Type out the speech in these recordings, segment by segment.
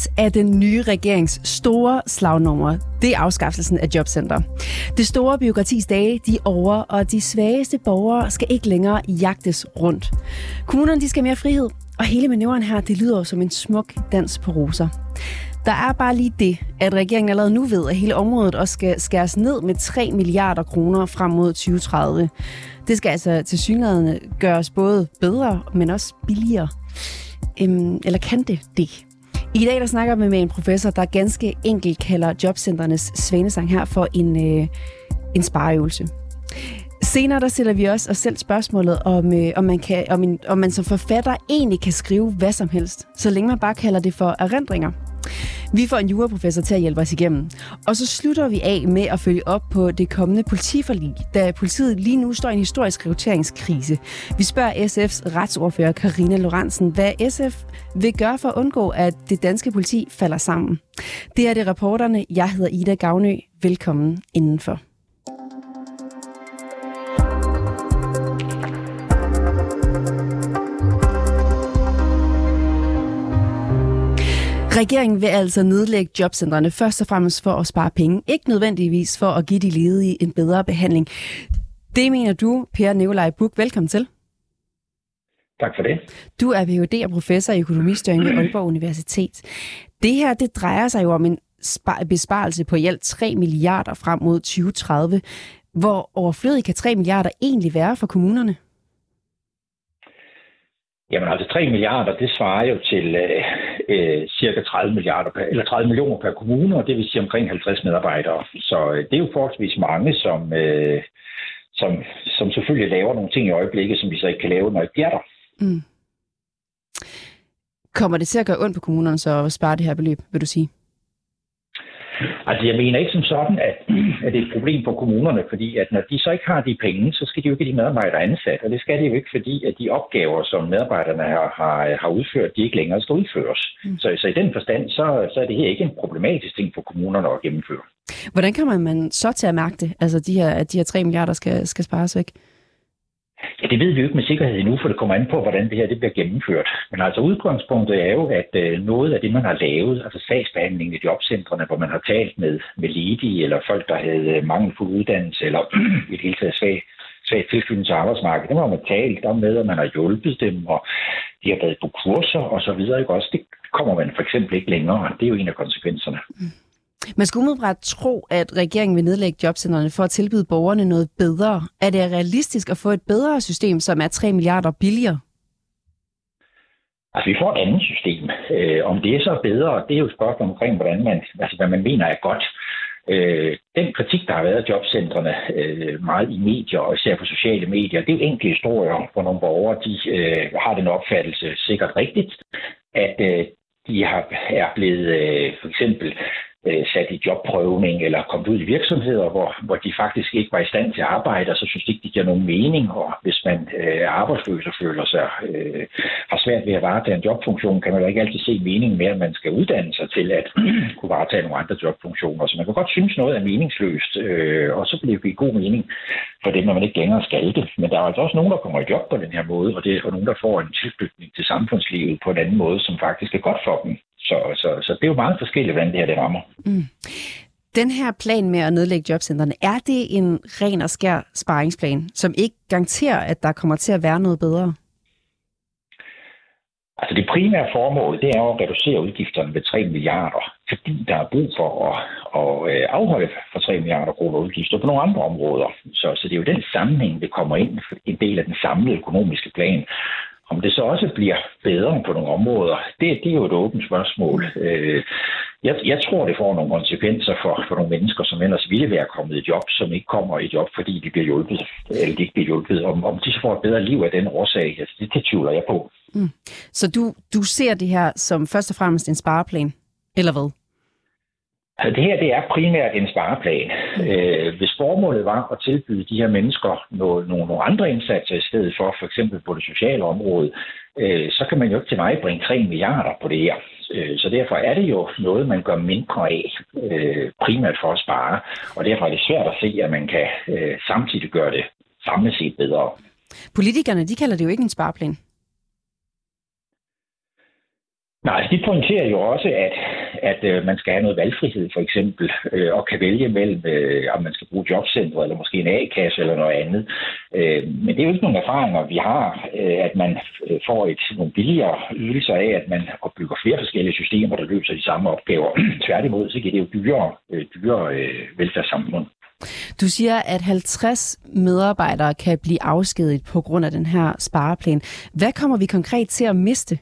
Et af den nye regerings store slagnumre, det er afskaffelsen af jobcenter. Det store bureaukratis dage, de er over, og de svageste borgere skal ikke længere jagtes rundt. Kommunerne, de skal have mere frihed, og hele manøvren her, det lyder som en smuk dans på roser. Der er bare lige det, at regeringen allerede nu ved, at hele området også skal skæres ned med 3 milliarder kroner frem mod 2030. Det skal altså tilsyneladende gøres både bedre, men også billigere. Eller kan det? I dag der snakker vi med en professor, der ganske enkelt kalder jobcenternes svanesang her for en spareøvelse. Senere der stiller vi også os selv spørgsmålet, om man som forfatter egentlig kan skrive hvad som helst, så længe man bare kalder det for erindringer. Vi får en juraprofessor til at hjælpe os igennem. Og så slutter vi af med at følge op på det kommende politiforlig, da politiet lige nu står i en historisk rekrutteringskrise. Vi spørger SF's retsordfører Karina Lorentzen, hvad SF vil gøre for at undgå, at det danske politi falder sammen. Det er det reporterne. Jeg hedder Ida Gavnø. Velkommen indenfor. Regeringen vil altså nedlægge jobcentrene først og fremmest for at spare penge. Ikke nødvendigvis for at give de ledige en bedre behandling. Det mener du, Per Nikolaj Buch. Velkommen til. Tak for det. Du er Ph.D. og professor i økonomistyring ved Aalborg Universitet. Det her, det drejer sig jo om en besparelse på i alt 3 milliarder frem mod 2030. Hvor overflødig kan 3 milliarder egentlig være for kommunerne? Jamen altså 3 milliarder, det svarer jo til cirka 30 millioner per kommune, og det vil sige omkring 50 medarbejdere. Så det er jo forholdsvis mange, som selvfølgelig laver nogle ting i øjeblikket, som vi så ikke kan lave, når de er der. Mm. Kommer det til at gøre ondt på kommunerne så at spare det her beløb, vil du sige? Altså, jeg mener ikke som sådan, at det er et problem for kommunerne, fordi at når de så ikke har de penge, så skal de jo ikke have de medarbejdere ansat, og det skal de jo ikke, fordi at de opgaver, som medarbejderne har udført, de ikke længere skal udføres. Mm. Så i den forstand, så er det her ikke en problematisk ting for kommunerne at gennemføre. Hvordan kan man så til at mærke det, altså at de her 3 milliarder skal spares væk? Ja, det ved vi jo ikke med sikkerhed endnu, for det kommer an på, hvordan det her det bliver gennemført. Men altså udgangspunktet er jo, at noget af det, man har lavet, altså sagsbehandlingen i jobcentrene, hvor man har talt med ledige eller folk, der havde mangelfuld uddannelse eller i det hele taget svagt tilknytning til arbejdsmarkedet, det har man talt om med, at man har hjulpet dem, og de har været på kurser og så videre. Ikke? Også det kommer man for eksempel ikke længere. Det er jo en af konsekvenserne. Mm. Man skulle umiddelbart tro, at regeringen vil nedlægge jobcentrene for at tilbyde borgerne noget bedre. Er det realistisk at få et bedre system, som er 3 milliarder billigere? Altså, vi får et andet system. Om det er så bedre, det er jo et spørgsmål omkring, hvad man mener er godt. Den kritik, der har været af jobcentrene meget i medier, og især på sociale medier, det er jo enkelte historier, hvor nogle borgere de har den opfattelse sikkert rigtigt, at de er blevet for eksempel sat i jobprøvning eller kommet ud i virksomheder, hvor de faktisk ikke var i stand til at arbejde, og så synes de ikke, det giver nogen mening. Og hvis man er arbejdsløs og føler sig har svært ved at varetage en jobfunktion, kan man jo ikke altid se meningen med, at man skal uddanne sig til at kunne varetage nogle andre jobfunktioner. Så man kan godt synes, noget er meningsløst, og så bliver det give god mening for dem, når man ikke længere skal det. Men der er altså også nogen, der kommer i job på den her måde, og det er nogen, der får en tilknytning til samfundslivet på en anden måde, som faktisk er godt for dem. Så det er jo meget forskelligt, hvordan det her det rammer. Mm. Den her plan med at nedlægge jobcentrene, er det en ren og skær sparingsplan, som ikke garanterer, at der kommer til at være noget bedre? Altså det primære formål, det er at reducere udgifterne med 3 milliarder, fordi der er brug for at afholde for 3 milliarder kroner udgifter på nogle andre områder. Så det er jo den sammenhæng, det kommer ind, en del af den samlede økonomiske plan. Om det så også bliver bedre på nogle områder, det er jo et åbent spørgsmål. Jeg tror, det får nogle konsekvenser for nogle mennesker, som ellers ville være kommet i job, som ikke kommer i job, fordi de bliver hjulpet, eller de ikke bliver hjulpet. Om de så får et bedre liv af den årsag, altså det tvivler jeg på. Mm. Så du ser det her som først og fremmest en spareplan, eller hvad? Altså det her, det er primært en spareplan. Hvis formålet var at tilbyde de her mennesker nogle andre indsatser i stedet for eksempel på det sociale område, så kan man jo ikke til mig bringe 3 milliarder på det her. Så derfor er det jo noget, man gør mindre af, primært for at spare. Og derfor er det svært at se, at man kan samtidig gøre det samlet set bedre. Politikerne, de kalder det jo ikke en spareplan. Nej, de pointerer jo også, at man skal have noget valgfrihed, for eksempel, og kan vælge mellem, om man skal bruge jobcenter, eller måske en A-kasse, eller noget andet. Men det er jo ikke nogle erfaringer, vi har, at man får nogle billigere ydelser af, at man opbygger flere forskellige systemer, der løser de samme opgaver. Tværtimod, så giver det jo dyrere velfærdssamfund. Du siger, at 50 medarbejdere kan blive afskediget på grund af den her spareplan. Hvad kommer vi konkret til at miste?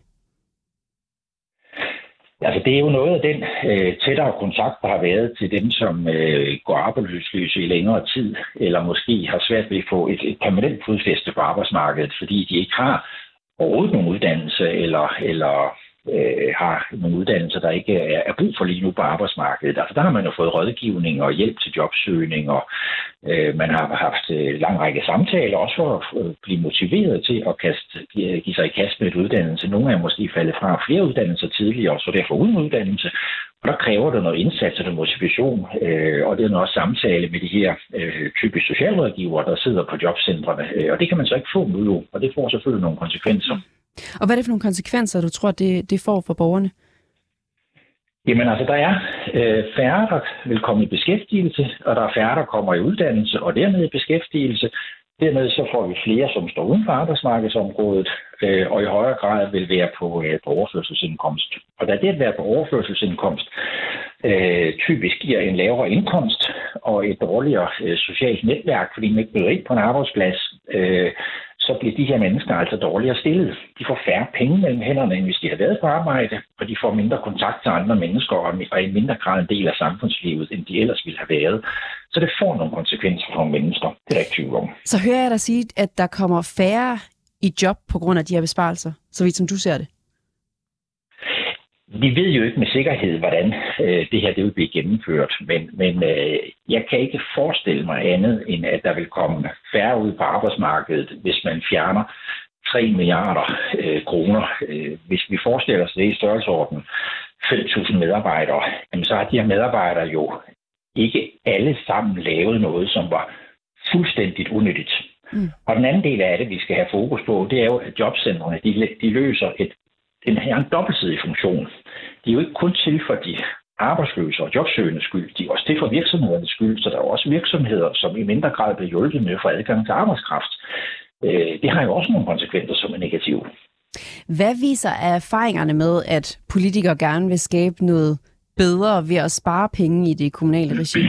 Altså, det er jo noget af den tættere kontakt, der har været til dem, som går arbejdsløse i længere tid, eller måske har svært ved at få et permanent fodfæste på arbejdsmarkedet, fordi de ikke har overhovedet nogen uddannelse, eller har nogle uddannelser, der ikke er brug for lige nu på arbejdsmarkedet. Altså, der har man jo fået rådgivning og hjælp til jobsøgning, og man har haft lang række samtaler, også for at blive motiveret til at give sig i kast med et uddannelse. Nogle er måske faldet fra flere uddannelser tidligere, så derfor uden uddannelse. Og der kræver det noget indsats og noget motivation, og det er noget også samtale med de her typiske socialrådgivere, der sidder på jobcentrene. Og det kan man så ikke få nu, og det får selvfølgelig nogle konsekvenser. Og hvad er det for nogle konsekvenser, du tror, det får for borgerne? Jamen altså, der er færre, der vil komme i beskæftigelse, og der er færre, der kommer i uddannelse, og dermed i beskæftigelse. Dermed så får vi flere, som står uden for arbejdsmarkedsområdet, og i højere grad vil være på overførselsindkomst. Og da det at være på overførselsindkomst typisk giver en lavere indkomst og et dårligere socialt netværk, fordi man ikke møder ind på en arbejdsplads, så bliver de her mennesker altså dårligere stillet. De får færre penge mellem hænderne, end hvis de har været på arbejde, og de får mindre kontakt til andre mennesker, og i mindre grad en del af samfundslivet, end de ellers ville have været. Så det får nogle konsekvenser for nogle mennesker. Det er der ikke tvivl om. Så hører jeg dig sige, at der kommer færre i job på grund af de her besparelser, så vidt som du ser det? Vi ved jo ikke med sikkerhed, hvordan det her det vil blive gennemført, men jeg kan ikke forestille mig andet, end at der vil komme færre ud på arbejdsmarkedet, hvis man fjerner 3 milliarder kroner. Hvis vi forestiller os det i størrelsesorden 5.000 medarbejdere, så har de her medarbejdere jo ikke alle sammen lavet noget, som var fuldstændigt unyttigt. Og den anden del af det, vi skal have fokus på, det er jo, at jobcentrene de løser den har en dobbeltsidig funktion. De er jo ikke kun til for de arbejdsløse og jobsøgende skyld, de er også til for virksomhedernes skyld, så der er også virksomheder, som i mindre grad bliver hjulpet med at få adgang til arbejdskraft. Det har jo også nogle konsekvenser, som er negative. Hvad viser erfaringerne med, at politikere gerne vil skabe noget bedre ved at spare penge i det kommunale regi?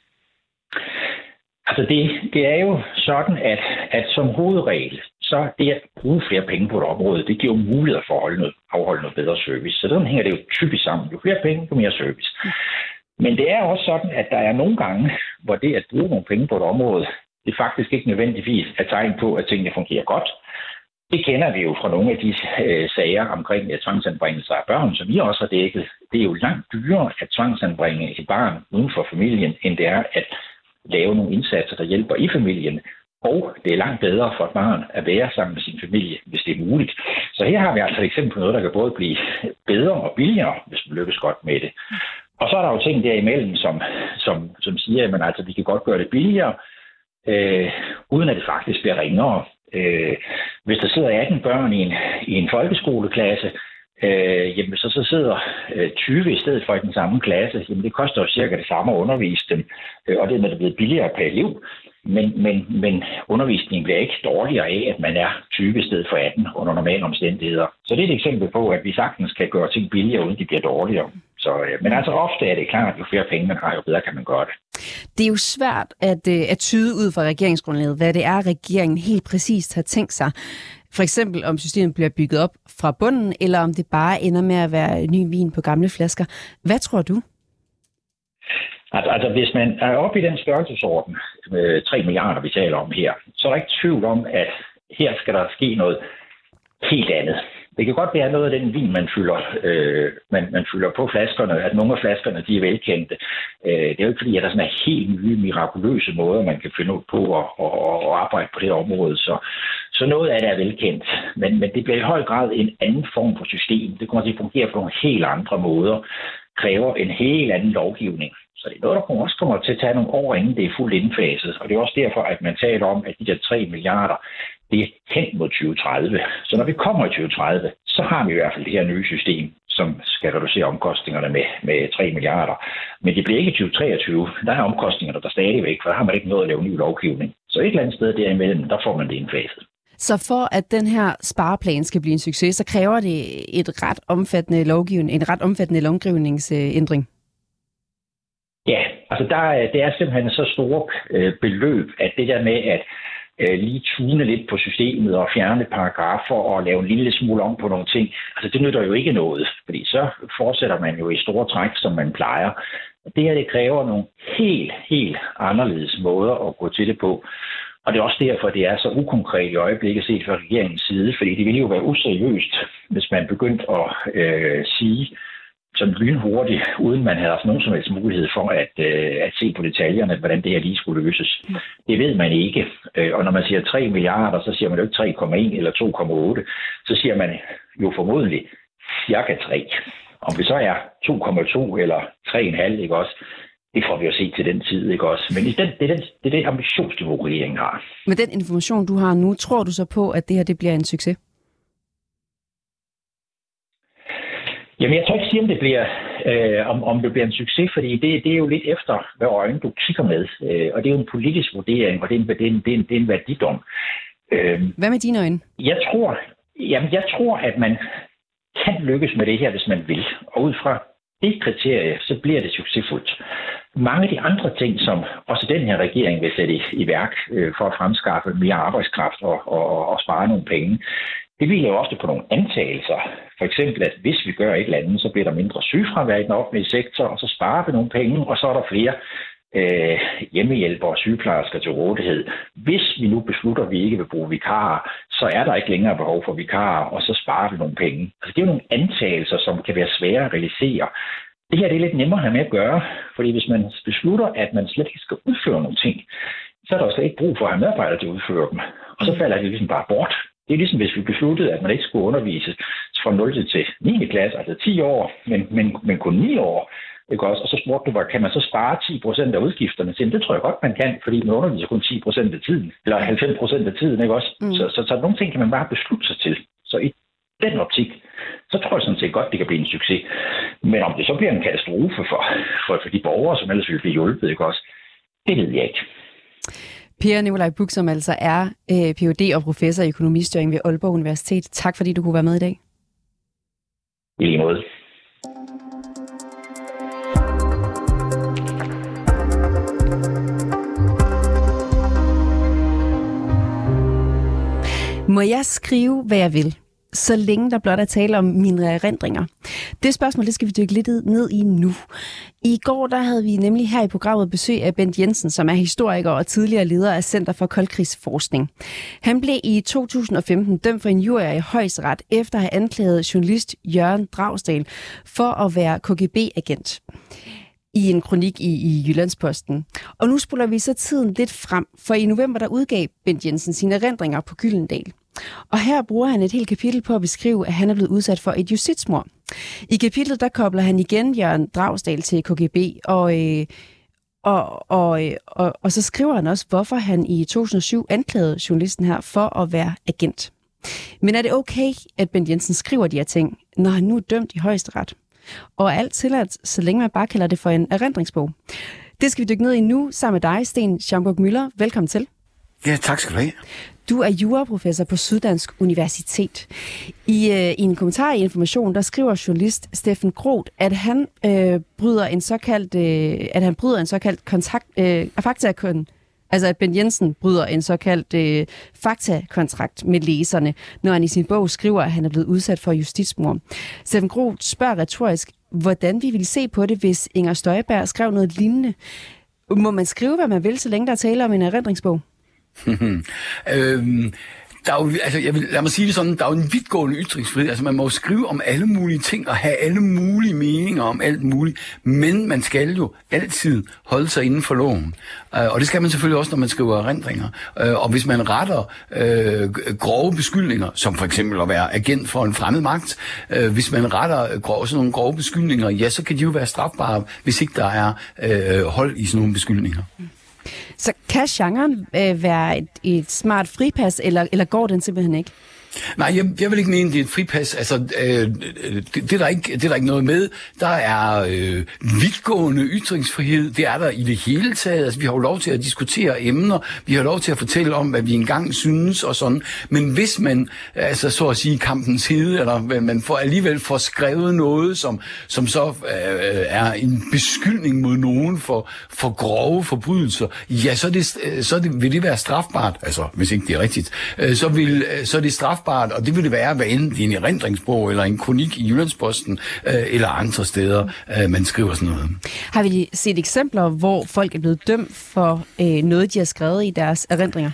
Altså det er jo sådan, at som hovedregel, så det at bruge flere penge på et område, det giver jo mulighed for at afholde noget bedre service. Så sådan hænger det jo typisk sammen. Jo flere penge, jo mere service. Men det er også sådan, at der er nogle gange, hvor det at bruge nogle penge på et område, det faktisk ikke nødvendigvis er tegn på, at tingene fungerer godt. Det kender vi jo fra nogle af de sager omkring tvangsanbringelse af børn, som vi også har dækket. Det er jo langt dyrere at tvangsanbringe et barn uden for familien, end det er at lave nogle indsatser, der hjælper i familien. Og det er langt bedre for et barn at være sammen med sin familie, hvis det er muligt. Så her har vi altså et eksempel på noget, der kan både blive bedre og billigere, hvis man lykkes godt med det. Og så er der jo ting derimellem, som siger, at altså, vi kan godt gøre det billigere, uden at det faktisk bliver ringere. Hvis der sidder 18 børn i en folkeskoleklasse, jamen så sidder 20 i stedet for i den samme klasse. Jamen det koster jo cirka det samme at undervise dem, og det er blevet billigere per elev. Men undervisningen bliver ikke dårligere af, at man er 20 i stedet for 18 under normale omstændigheder. Så det er et eksempel på, at vi sagtens kan gøre ting billigere, uden de bliver dårligere. Men altså ofte er det klart, at jo flere penge man har, jo bedre kan man gøre det. Det er jo svært at tyde ud fra regeringsgrundlaget, hvad det er, regeringen helt præcist har tænkt sig. For eksempel om systemet bliver bygget op fra bunden, eller om det bare ender med at være ny vin på gamle flasker. Hvad tror du? Altså hvis man er oppe i den størrelsesorden, 3 milliarder vi taler om her, så er der ikke tvivl om, at her skal der ske noget helt andet. Det kan godt være noget af den vin, man fylder på flaskerne, at nogle af flaskerne de er velkendte. Det er jo ikke fordi, at der sådan er helt nye, mirakuløse måder, man kan finde ud på at arbejde på det område. Så noget af det er velkendt, men det bliver i høj grad en anden form for system. Det kommer til at fungere på nogle helt andre måder, kræver en helt anden lovgivning. Så det er noget, der også kommer til at tage nogle år, inden det er fuldt indfaset. Og det er også derfor, at man taler om, at de der 3 milliarder, det er hen mod 2030. Så når vi kommer i 2030, så har vi i hvert fald det her nye system, som skal reducere omkostningerne med 3 milliarder. Men det bliver ikke 2023. Der er omkostningerne der stadigvæk, for der har man ikke noget at lave ny lovgivning. Så et eller andet sted derimellem, der får man det indfaset. Så for at den her spareplan skal blive en succes, så kræver det en ret omfattende lovgivningsændring? Ja, altså det er simpelthen så store beløb, at det der med at lige tune lidt på systemet og fjerne paragrafer og lave en lille smule om på nogle ting, altså det nytter jo ikke noget, fordi så fortsætter man jo i store træk, som man plejer. Det her, det kræver nogle helt anderledes måder at gå til det på. Og det er også derfor, det er så ukonkret i øjeblikket set fra regeringens side, fordi det ville jo være useriøst, hvis man begyndte at sige sådan lynhurtigt, uden man havde haft nogen som helst mulighed for at se på detaljerne, hvordan det her lige skulle løses. Det ved man ikke. Og når man siger 3 milliarder, så siger man jo ikke 3,1 eller 2,8. Så siger man jo formodentlig cirka 3. Om det så er 2,2 eller 3,5, ikke også? Det får vi jo se til den tid, ikke også? Men det er det ambitionsniveau, regeringen har. Med den information, du har nu, tror du så på, at det her det bliver en succes? Jamen, jeg tror ikke sige, om det bliver en succes, fordi det er jo lidt efter, hvad øjne du kigger med. Og det er jo en politisk vurdering, og det er en værdidom. Hvad med dine øjne? Jeg tror, at man kan lykkes med det her, hvis man vil. Og ud fra det kriterie, så bliver det succesfuldt. Mange af de andre ting, som også den her regering vil sætte i værk for at fremskaffe mere arbejdskraft og spare nogle penge, det hviler jo også på nogle antagelser. For eksempel, at hvis vi gør et eller andet, så bliver der mindre sygefravær i den offentlige sektor, og så sparer vi nogle penge, og så er der flere hjemmehjælpere og sygeplejersker til rådighed. Hvis vi nu beslutter, at vi ikke vil bruge vikarer, så er der ikke længere behov for vikarer, og så sparer vi nogle penge. Altså, det er jo nogle antagelser, som kan være svære at realisere. Det her det er lidt nemmere at have med at gøre, fordi hvis man beslutter, at man slet ikke skal udføre nogle ting, så er der slet ikke brug for at have medarbejdere til at udføre dem. Og så falder det ligesom bare bort. Det er ligesom, hvis vi besluttede, at man ikke skulle undervises fra 0 til 9. klasse, altså 10 år, men kun 9 år. Ikke også? Og så spurgte du, kan man så spare 10% af udgifterne til? Det tror jeg godt, man kan, fordi man underviser kun 10% af tiden, eller 90% af tiden, ikke også? Så nogle ting kan man bare beslutte sig til. Så i den optik, så tror jeg sådan set godt, det kan blive en succes. Men om det så bliver en katastrofe for de borgere, som ellers vil blive hjulpet, ikke også? Det ved jeg ikke. Per Nikolaj Buch, som altså er Ph.D. og professor i økonomistyring ved Aalborg Universitet. Tak fordi du kunne være med i dag. I lige måde. Må jeg skrive, hvad jeg vil, så længe der blot er tale om mine erindringer? Det spørgsmål, det skal vi dykke lidt ned i nu. I går der havde vi nemlig her i programmet besøg af Bent Jensen, som er historiker og tidligere leder af Center for Koldkrigsforskning. Han blev i 2015 dømt for injurier i Højesteret efter at have anklaget journalist Jørgen Dragsdahl for at være KGB-agent i en kronik i Jyllandsposten. Og nu spoler vi så tiden lidt frem, for i november der udgav Bent Jensen sine erindringer på Gyldendal. Og her bruger han et helt kapitel på at beskrive, at han er blevet udsat for et justitsmord. I kapitlet der kobler han igen Jørgen Dragsdahl til KGB, og så skriver han også, hvorfor han i 2007 anklagede journalisten her for at være agent. Men er det okay, at Bent Jensen skriver de her ting, når han nu er dømt i Højesteret? Og alt tilladt, så længe man bare kalder det for en erindringsbog. Det skal vi dykke ned i nu sammen med dig, Sten Schaumburg-Müller. Velkommen til. Ja, tak skal du have. Du er juraprofessor på Syddansk Universitet. I en kommentar i Information, der skriver journalist Steffen Groth, at han bryder en såkaldt faktakontrakt. Altså at Bent Jensen bryder en såkaldt faktakontrakt med læserne, når han i sin bog skriver, at han er blevet udsat for justitsmord. Steffen Groth spørger retorisk, hvordan vi ville se på det, hvis Inger Støjberg skrev noget lignende. Må man skrive, hvad man vil, så længe der er tale om en erindringsbog? Der er jo, lad mig sige det sådan, der er jo en vidtgående ytringsfrihed. Altså man må jo skrive om alle mulige ting og have alle mulige meninger om alt muligt, men man skal jo altid holde sig inden for loven. Og det skal man selvfølgelig også, når man skriver erindringer. Og hvis man retter grove beskyldninger, som for eksempel at være agent for en fremmed magt, hvis man retter sådan nogle grove beskyldninger, ja, så kan de jo være strafbare, hvis ikke der er hold i sådan nogle beskyldninger. Så kan genren være et smart fripas, eller går den simpelthen ikke? Nej, jeg vil ikke mene, det er et fripas. Altså, det er der ikke noget med. Der er vidtgående ytringsfrihed. Det er der i det hele taget. Altså, vi har jo lov til at diskutere emner. Vi har lov til at fortælle om, hvad vi engang synes og sådan. Men hvis man, altså så at sige, kampens hede, eller man alligevel får skrevet noget, som så er en beskyldning mod nogen for grove forbrydelser, ja, vil det være strafbart. Altså, hvis ikke det er rigtigt. Så er det strafbart, og det vil det være, hvad enten i en erindringsbog, eller en kronik i Jyllandsposten, eller andre steder, man skriver sådan noget. Har vi set eksempler, hvor folk er blevet dømt for noget, de har skrevet i deres erindringer?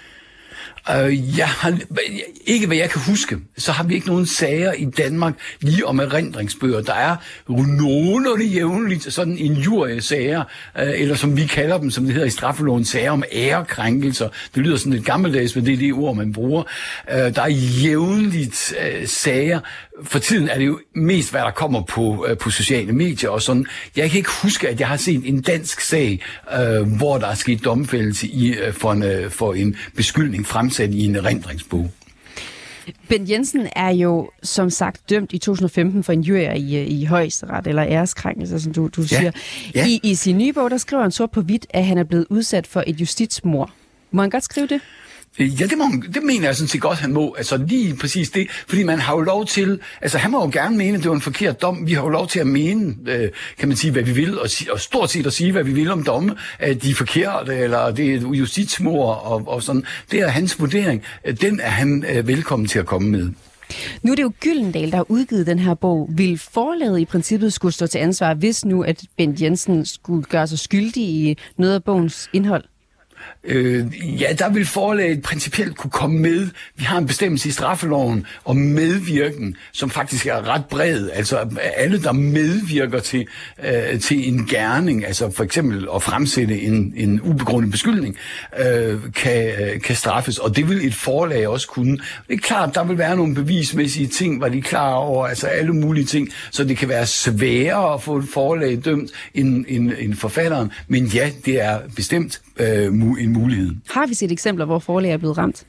Ikke hvad jeg kan huske, så har vi ikke nogen sager i Danmark lige om erindringsbøger. Der er nogenlunde jævnligt sådan injuriesager, eller som vi kalder dem, som det hedder i straffeloven, sager om ærekrænkelser. Det lyder sådan lidt gammeldags, men det er det ord, man bruger. Der er jævnligt sager. For tiden er det jo mest, hvad der kommer på sociale medier og sådan. Jeg kan ikke huske, at jeg har set en dansk sag, hvor der er sket domfældelse for en beskyldning fremsat i en erindringsbog. Bent Jensen er jo som sagt dømt i 2015 for injurier i højesteret eller æreskrænkelser, som du siger. Ja. I sin nye bog, der skriver han sort på hvidt, at han er blevet udsat for et justitsmord. Må han godt skrive det? Ja, det mener jeg sådan set godt, han må. Altså lige præcis det. Fordi man har jo lov til... Altså han må jo gerne mene, at det var en forkert dom. Vi har jo lov til at mene, kan man sige, hvad vi vil. Og stort set at sige, hvad vi vil om domme. At de er forkerte, eller det er et justitsmord og sådan. Det er hans vurdering. Den er han velkommen til at komme med. Nu er det jo Gyldendal, der har udgivet den her bog. Vil forlaget i princippet skulle stå til ansvar, hvis nu at Bent Jensen skulle gøre sig skyldig i noget af bogens indhold? Ja, der vil forlaget principielt kunne komme med. Vi har en bestemmelse i straffeloven om medvirken, som faktisk er ret bred. Altså alle, der medvirker til en gerning, altså for eksempel at fremsætte en ubegrundet beskyldning, kan straffes. Og det vil et forlag også kunne. Det er klart, der vil være nogle bevismæssige ting, hvor de er klar over, altså alle mulige ting, så det kan være sværere at få et forlag dømt end forfatteren. Men ja, det er bestemt en mulighed. Har vi set eksempler, hvor forlag er blevet ramt?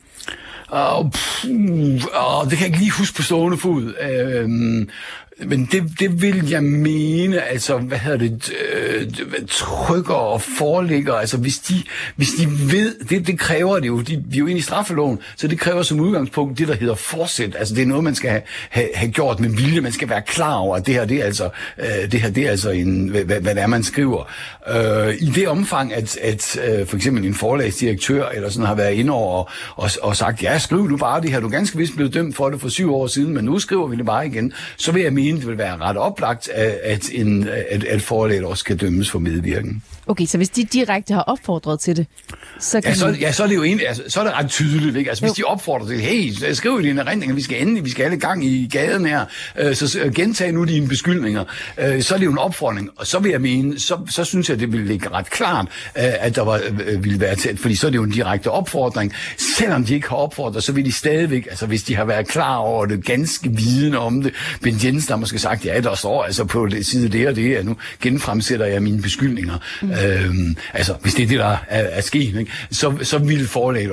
Det kan jeg ikke lige huske på stående fod. Men det vil jeg mene, altså, trykker og forelægger, altså hvis de ved, det kræver det jo, vi er jo inde i straffeloven, så det kræver som udgangspunkt det, der hedder forsæt, altså det er noget, man skal have gjort med vilje, man skal være klar over, at det her, det er altså hvad det er, man skriver. I det omfang, at for eksempel en forlagsdirektør eller sådan har været inde over og sagt, ja, skriv du bare det her, du er ganske vist blevet dømt for det for 7 år siden, men nu skriver vi det bare igen, så vil jeg mene, det vil være ret oplagt, at forlaget også kan dømmes for medvirken. Okay, så hvis de direkte har opfordret til det, så kan så er det jo egentlig, altså, så er det ret tydeligt, ikke? Altså hvis de opfordrer til, hey, skriv i dine erindringer, vi skal alle gang i gaden her, så gentag nu dine beskyldninger, så er det jo en opfordring, og så vil jeg mene, så synes jeg, det vil ligge ret klart, at der ville være tæt, fordi så er det jo en direkte opfordring. Selvom de ikke har opfordret, så vil de stadigvæk, altså hvis de har været klar over det, ganske viden om det, Bent Jensen har måske sagt, ja, der står altså på side det og det, at nu genfremsætter jeg mine beskyldninger. Altså, hvis det er det, der er sket, ikke? Så ville forlaget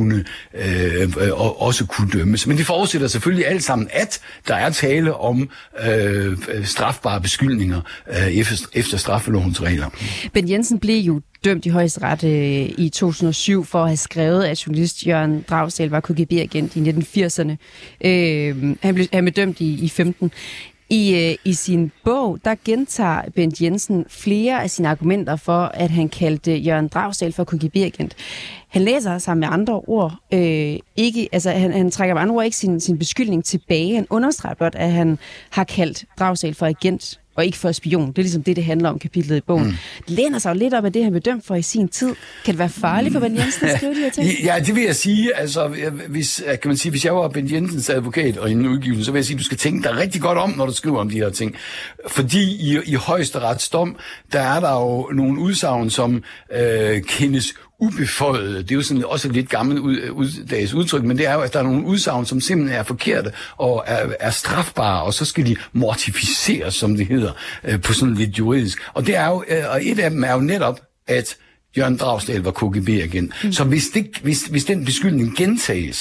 også kunne dømmes. Men det forudsætter selvfølgelig alt sammen, at der er tale om strafbare beskyldninger efter straffelovens regler. Bent Jensen blev jo dømt i højesteret i 2007 for at have skrevet, at journalist Jørgen Dragsdahl var KGB-agent i 1980'erne. Han blev dømt i 15. I sin bog, der gentager Bent Jensen flere af sine argumenter for, at han kaldte Jørgen Dragsdahl for KGB-agent. Han læser sig med andre ord han trækker med andre ord ikke sin beskyldning tilbage. Han understreger blot, at han har kaldt Dragsdahl for agent og ikke for spion. Det er ligesom det handler om kapitlet i bogen. Det læner sig jo lidt op af det, han blev dømt for i sin tid. Kan det være farligt for Bent Jensen at skrive de her ting? Ja, det vil jeg sige. Altså, hvis jeg var Bent Jensens advokat og i en udgivelse, så vil jeg sige, at du skal tænke dig rigtig godt om, når du skriver om de her ting. Fordi i højesterets dom, der er der jo nogle udsagn, som kendes ubeføjede. Det er jo sådan også et lidt gammeldags udtryk, men det er jo, at der er nogle udsagn, som simpelthen er forkerte og er strafbare, og så skal de mortificeres, som det hedder, på sådan lidt juridisk. Og det er jo, og et af dem er jo netop, at Jørgen Dragsdahl var KGB-agent. Så hvis den beskyldning gentages,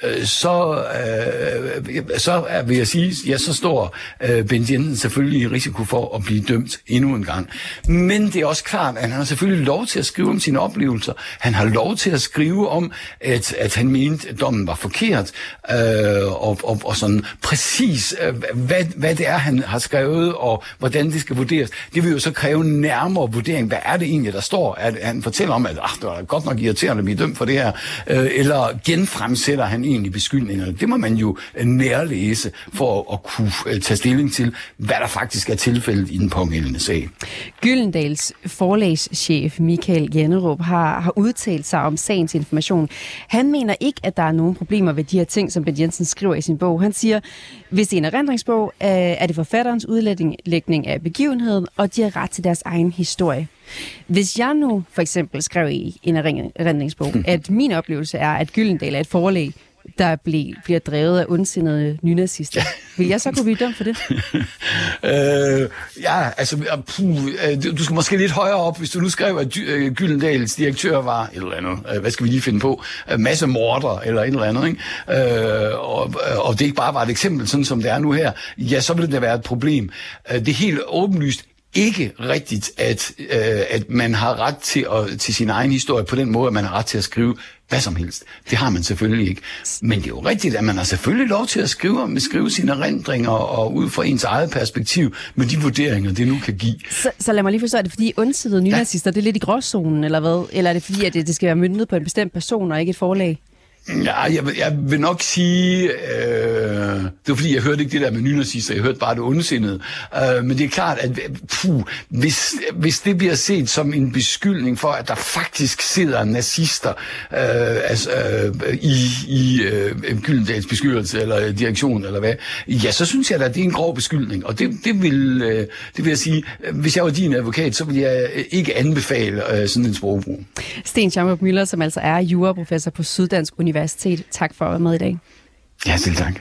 vil jeg sige, ja, så står Bent Jensen selvfølgelig i risiko for at blive dømt endnu en gang. Men det er også klart, at han har selvfølgelig lov til at skrive om sine oplevelser. Han har lov til at skrive om, at han mente, at dommen var forkert, og sådan præcis, hvad det er, han har skrevet, og hvordan det skal vurderes. Det vil jo så kræve en nærmere vurdering. Hvad er det egentlig, der står? At han fortæller om, at det var godt nok irriterende at blive dømt for det her, eller genfremsætter han egentlig beskyldningerne. Det må man jo nærlæse for at kunne tage stilling til, hvad der faktisk er tilfældet i den pågældende sag. Gyldendals forlagschef Michael Jannerup har udtalt sig om sagens information. Han mener ikke, at der er nogen problemer ved de her ting, som Bent Jensen skriver i sin bog. Han siger, hvis det er en erindringsbog, er det forfatterens udlægning af begivenheden, og de har ret til deres egen historie. Hvis jeg nu for eksempel skrev i en erindringsbog, at min oplevelse er, at Gyldendal er et forlag, der bliver drevet af ondsindede nynazister, vil jeg så kunne blive dømt for det? Du skal måske lidt højere op, hvis du nu skrev, at Gyldendals direktør var et eller andet, hvad skal vi lige finde på, masse morder eller et eller andet, ikke? Og det ikke bare var et eksempel, sådan som det er nu her, ja, så vil det være et problem. Det er helt åbenlyst ikke rigtigt, at man har ret til sin egen historie på den måde, at man har ret til at skrive hvad som helst. Det har man selvfølgelig ikke. Men det er jo rigtigt, at man har selvfølgelig lov til at skrive sine erindringer og ud fra ens eget perspektiv med de vurderinger, det nu kan give. Så lad mig lige forstå, er det fordi ondsindede nynazister, det er lidt i gråzonen, eller hvad? Eller er det fordi, at det skal være møntet på en bestemt person og ikke et forlag? Ja, jeg vil nok sige, det var fordi, jeg hørte ikke det der med nynazister, jeg hørte bare det ondsindede. Men det er klart, at hvis det bliver set som en beskyldning for, at der faktisk sidder nazister i Gyldendals bestyrelse eller direktion eller hvad, ja, så synes jeg, at det er en grov beskyldning. Og det vil jeg sige, hvis jeg var din advokat, så vil jeg ikke anbefale sådan en sprogbrug. Sten Schaumburg Müller, som altså er juraprofessor på Syddansk Universitet. Tak for at være med i dag. Ja, selv tak.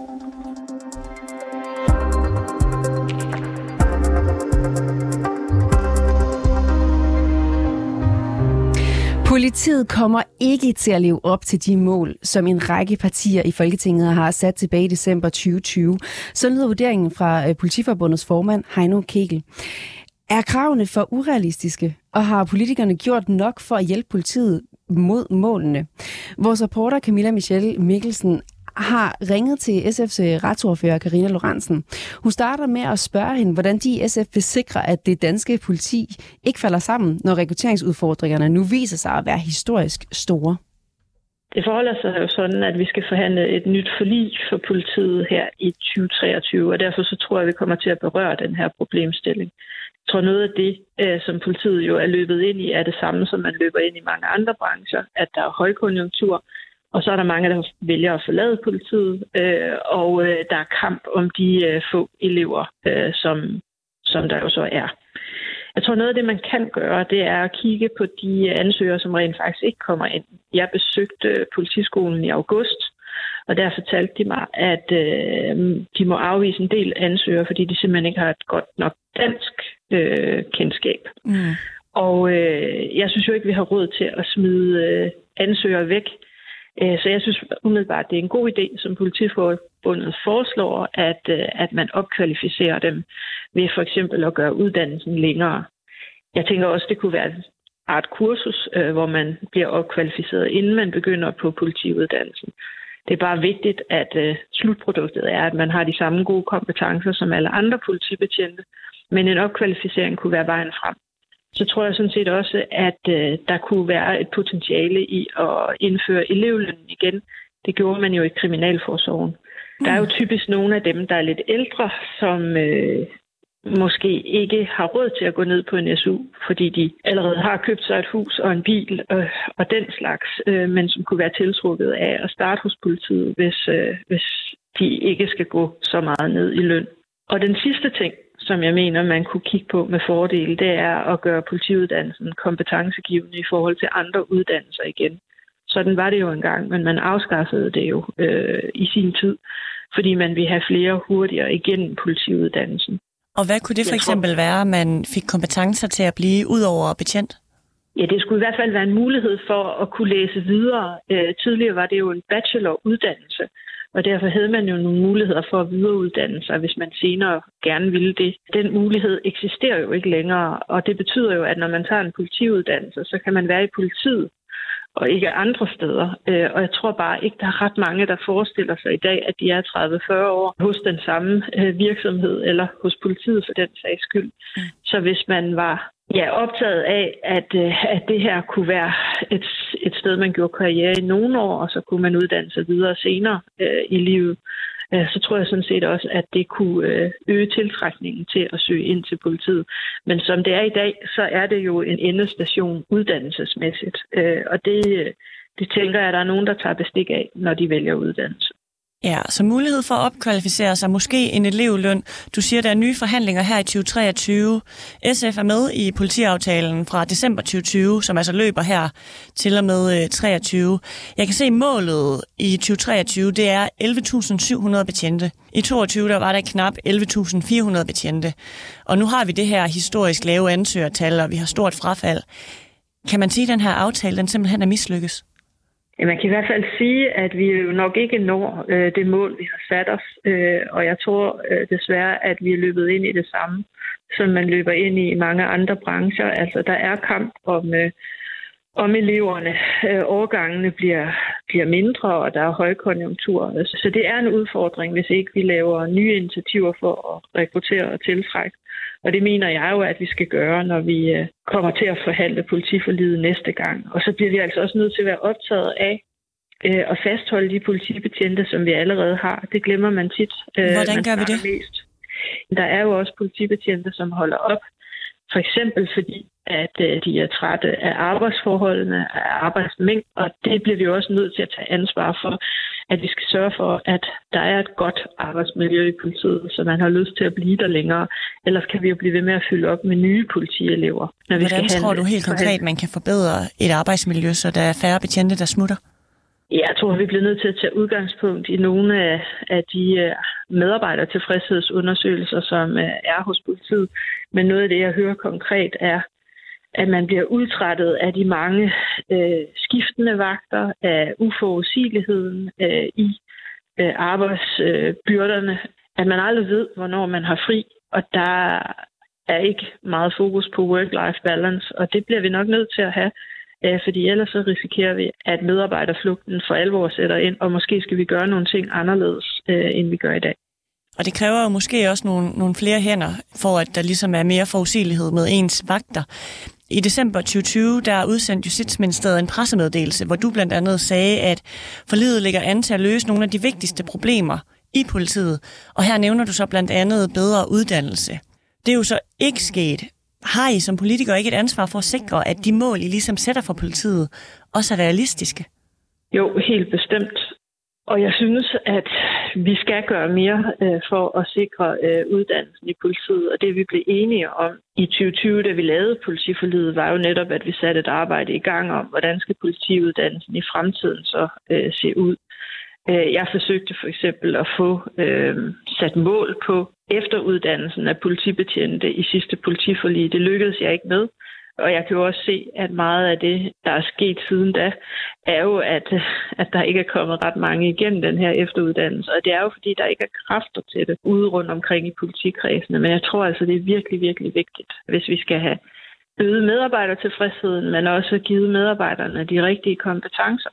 Politiet kommer ikke til at leve op til de mål, som en række partier i Folketinget har sat tilbage i december 2020. Så lyder vurderingen fra Politiforbundets formand, Heino Kegel. Er kravene for urealistiske, og har politikerne gjort nok for at hjælpe politiet mod målene? Vores reporter Camilla Michelle Mikkelsen har ringet til SF's retsordfører Karina Lorentzen. Hun starter med at spørge hende, hvordan de i SF vil sikre, at det danske politi ikke falder sammen, når rekrutteringsudfordringerne nu viser sig at være historisk store. Det forholder sig jo sådan, at vi skal forhandle et nyt forlig for politiet her i 2023, og derfor så tror jeg, at vi kommer til at berøre den her problemstilling. Jeg tror, noget af det, som politiet jo er løbet ind i, er det samme, som man løber ind i mange andre brancher, at der er højkonjunktur, og så er der mange, der vælger at forlade politiet, og der er kamp om de få elever, som der jo så er. Jeg tror, noget af det, man kan gøre, det er at kigge på de ansøgere, som rent faktisk ikke kommer ind. Jeg besøgte politiskolen i august, og der fortalte de mig, at de må afvise en del ansøgere, fordi de simpelthen ikke har et godt nok dansk kendskab. Mm. Og jeg synes jo ikke, vi har råd til at smide ansøgere væk. Så jeg synes umiddelbart, det er en god idé, som Politiforbundet foreslår, at man opkvalificerer dem ved for eksempel at gøre uddannelsen længere. Jeg tænker også, det kunne være et art kursus, hvor man bliver opkvalificeret, inden man begynder på politiuddannelsen. Det er bare vigtigt, at slutproduktet er, at man har de samme gode kompetencer som alle andre politibetjente, men en opkvalificering kunne være vejen frem. Så tror jeg sådan set også, at der kunne være et potentiale i at indføre elevlønnen igen. Det gjorde man jo i kriminalforsorgen. Der er jo typisk nogle af dem, der er lidt ældre, som måske ikke har råd til at gå ned på en SU, fordi de allerede har købt sig et hus og en bil og den slags, men som kunne være tiltrukket af at starte hos politiet, hvis de ikke skal gå så meget ned i løn. Og den sidste ting, som jeg mener, man kunne kigge på med fordele, det er at gøre politiuddannelsen kompetencegivende i forhold til andre uddannelser igen. Sådan var det jo engang, men man afskaffede det jo i sin tid, fordi man ville have flere hurtigere igennem politiuddannelsen. Og hvad kunne det for eksempel være, at man fik kompetencer til at blive ud over betjent? Ja, det skulle i hvert fald være en mulighed for at kunne læse videre. Tidligere var det jo en bacheloruddannelse, og derfor havde man jo nogle muligheder for at videreuddanne sig, hvis man senere gerne ville det. Den mulighed eksisterer jo ikke længere, og det betyder jo, at når man tager en politiuddannelse, så kan man være i politiet og ikke andre steder. Og jeg tror bare ikke, der er ret mange, der forestiller sig i dag, at de er 30-40 år hos den samme virksomhed eller hos politiet for den sags skyld. Så hvis man var optaget af, at det her kunne være et sted, man gjorde karriere i nogle år, og så kunne man uddanne sig videre senere i livet, så tror jeg sådan set også, at det kunne øge tiltrækningen til at søge ind til politiet. Men som det er i dag, så er det jo en endestation uddannelsesmæssigt. Og det tænker jeg, at der er nogen, der tager bestik af, når de vælger uddannelse. Ja, så mulighed for at opkvalificere sig, måske en elevløn. Du siger, der er nye forhandlinger her i 2023. SF er med i politiaftalen fra december 2020, som altså løber her til og med 23. Jeg kan se målet i 2023, det er 11.700 betjente. I 22 der var der knap 11.400 betjente. Og nu har vi det her historisk lave ansøgertal, og vi har stort frafald. Kan man sige, at den her aftale, den simpelthen er mislykkes? Ja, man kan i hvert fald sige, at vi jo nok ikke når det mål, vi har sat os. Og jeg tror desværre, at vi er løbet ind i det samme, som man løber ind i mange andre brancher. Altså, der er kamp om eleverne. Årgangene bliver mindre, og der er højkonjunktur. Så det er en udfordring, hvis ikke vi laver nye initiativer for at rekruttere og tiltrække. Og det mener jeg jo, at vi skal gøre, når vi kommer til at forhandle politiforliget næste gang. Og så bliver vi altså også nødt til at være optaget af at fastholde de politibetjente, som vi allerede har. Det glemmer man tit. Hvordan gør vi det? Mest. Der er jo også politibetjente, som holder op. For eksempel fordi, at de er trætte af arbejdsforholdene, af arbejdsmængden, og det bliver vi jo også nødt til at tage ansvar for, at vi skal sørge for, at der er et godt arbejdsmiljø i politiet, så man har lyst til at blive der længere. Ellers kan vi jo blive ved med at fylde op med nye politielever. Hvordan tror du helt konkret, man kan forbedre et arbejdsmiljø, så der er færre betjente, der smutter? Jeg tror, vi bliver nødt til at tage udgangspunkt i nogle af de medarbejdertilfredshedsundersøgelser, som er hos politiet. Men noget af det, jeg hører konkret, er, at man bliver udtrættet af de mange skiftende vagter, af uforudsigeligheden i arbejdsbyrderne, at man aldrig ved, hvornår man har fri, og der er ikke meget fokus på work-life balance, og det bliver vi nok nødt til at have, fordi ellers så risikerer vi, at medarbejderflugten for alvor sætter ind, og måske skal vi gøre nogle ting anderledes, end vi gør i dag. Og det kræver jo måske også nogle flere hænder, for at der ligesom er mere forudsigelighed med ens vagter. I december 2020, der udsendte Justitsministeriet en pressemeddelelse, hvor du blandt andet sagde, at forliget ligger an til at løse nogle af de vigtigste problemer i politiet. Og her nævner du så blandt andet bedre uddannelse. Det er jo så ikke sket. Har I som politikere ikke et ansvar for at sikre, at de mål, I ligesom sætter for politiet, også er realistiske? Jo, helt bestemt. Og jeg synes, at vi skal gøre mere for at sikre uddannelsen i politiet. Og det vi blev enige om i 2020, da vi lavede politiforliget, var jo netop, at vi satte et arbejde i gang om, hvordan skal politiuddannelsen i fremtiden så se ud. Jeg forsøgte for eksempel at få sat mål på efteruddannelsen af politibetjente i sidste politiforlig. Det lykkedes jeg ikke med. Og jeg kan jo også se, at meget af det, der er sket siden da, er jo, at der ikke er kommet ret mange igennem den her efteruddannelse. Og det er jo, fordi der ikke er kræfter til det ude rundt omkring i politikredsene. Men jeg tror altså, det er virkelig, virkelig vigtigt, hvis vi skal have øget medarbejdertilfredsheden, men også givet medarbejderne de rigtige kompetencer.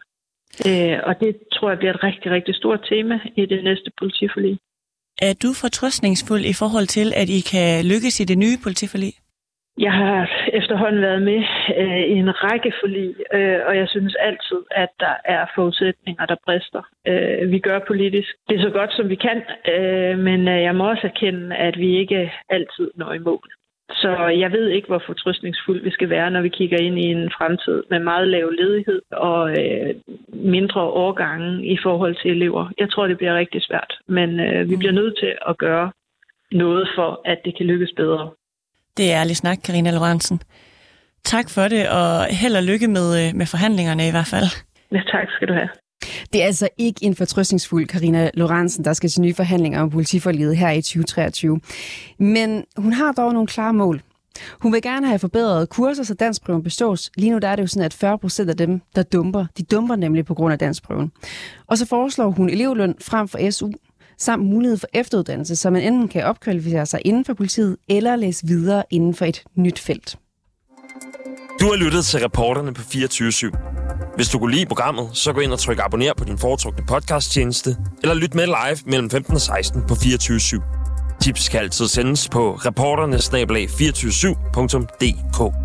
Og det tror jeg bliver et rigtig, rigtig stort tema i det næste politiforlig. Er du fortrøstningsfuld i forhold til, at I kan lykkes i det nye politiforlig? Jeg har efterhånden været med i en række forlig, og jeg synes altid, at der er forudsætninger, der brister. Vi gør politisk det så godt, som vi kan, men jeg må også erkende, at vi ikke altid når i mål. Så jeg ved ikke, hvor fortrøstningsfuld vi skal være, når vi kigger ind i en fremtid med meget lav ledighed og mindre årgange i forhold til elever. Jeg tror, det bliver rigtig svært, men vi bliver nødt til at gøre noget for, at det kan lykkes bedre. Det er ærlig snak, Karina Lorentzen. Tak for det, og held og lykke med forhandlingerne i hvert fald. Ja, tak skal du have. Det er altså ikke en fortrøstningsfuld Karina Lorentzen, der skal til nye forhandlinger om politiforliget her i 2023. Men hun har dog nogle klare mål. Hun vil gerne have forbedret kurser, så danskprøven bestås. Lige nu der er det jo sådan, at 40% af dem, der dumper nemlig på grund af danskprøven. Og så foreslår hun elevløn frem for SU, samt mulighed for efteruddannelse, så man enten kan opkvalificere sig inden for politiet, eller læse videre inden for et nyt felt. Du har lyttet til Reporterne på 24/7. Hvis du kunne lide programmet, så gå ind og tryk abonner på din foretrukne podcasttjeneste, eller lyt med live mellem 15 og 16 på 24/7. Tips kan altid sendes på reporterne@247.dk.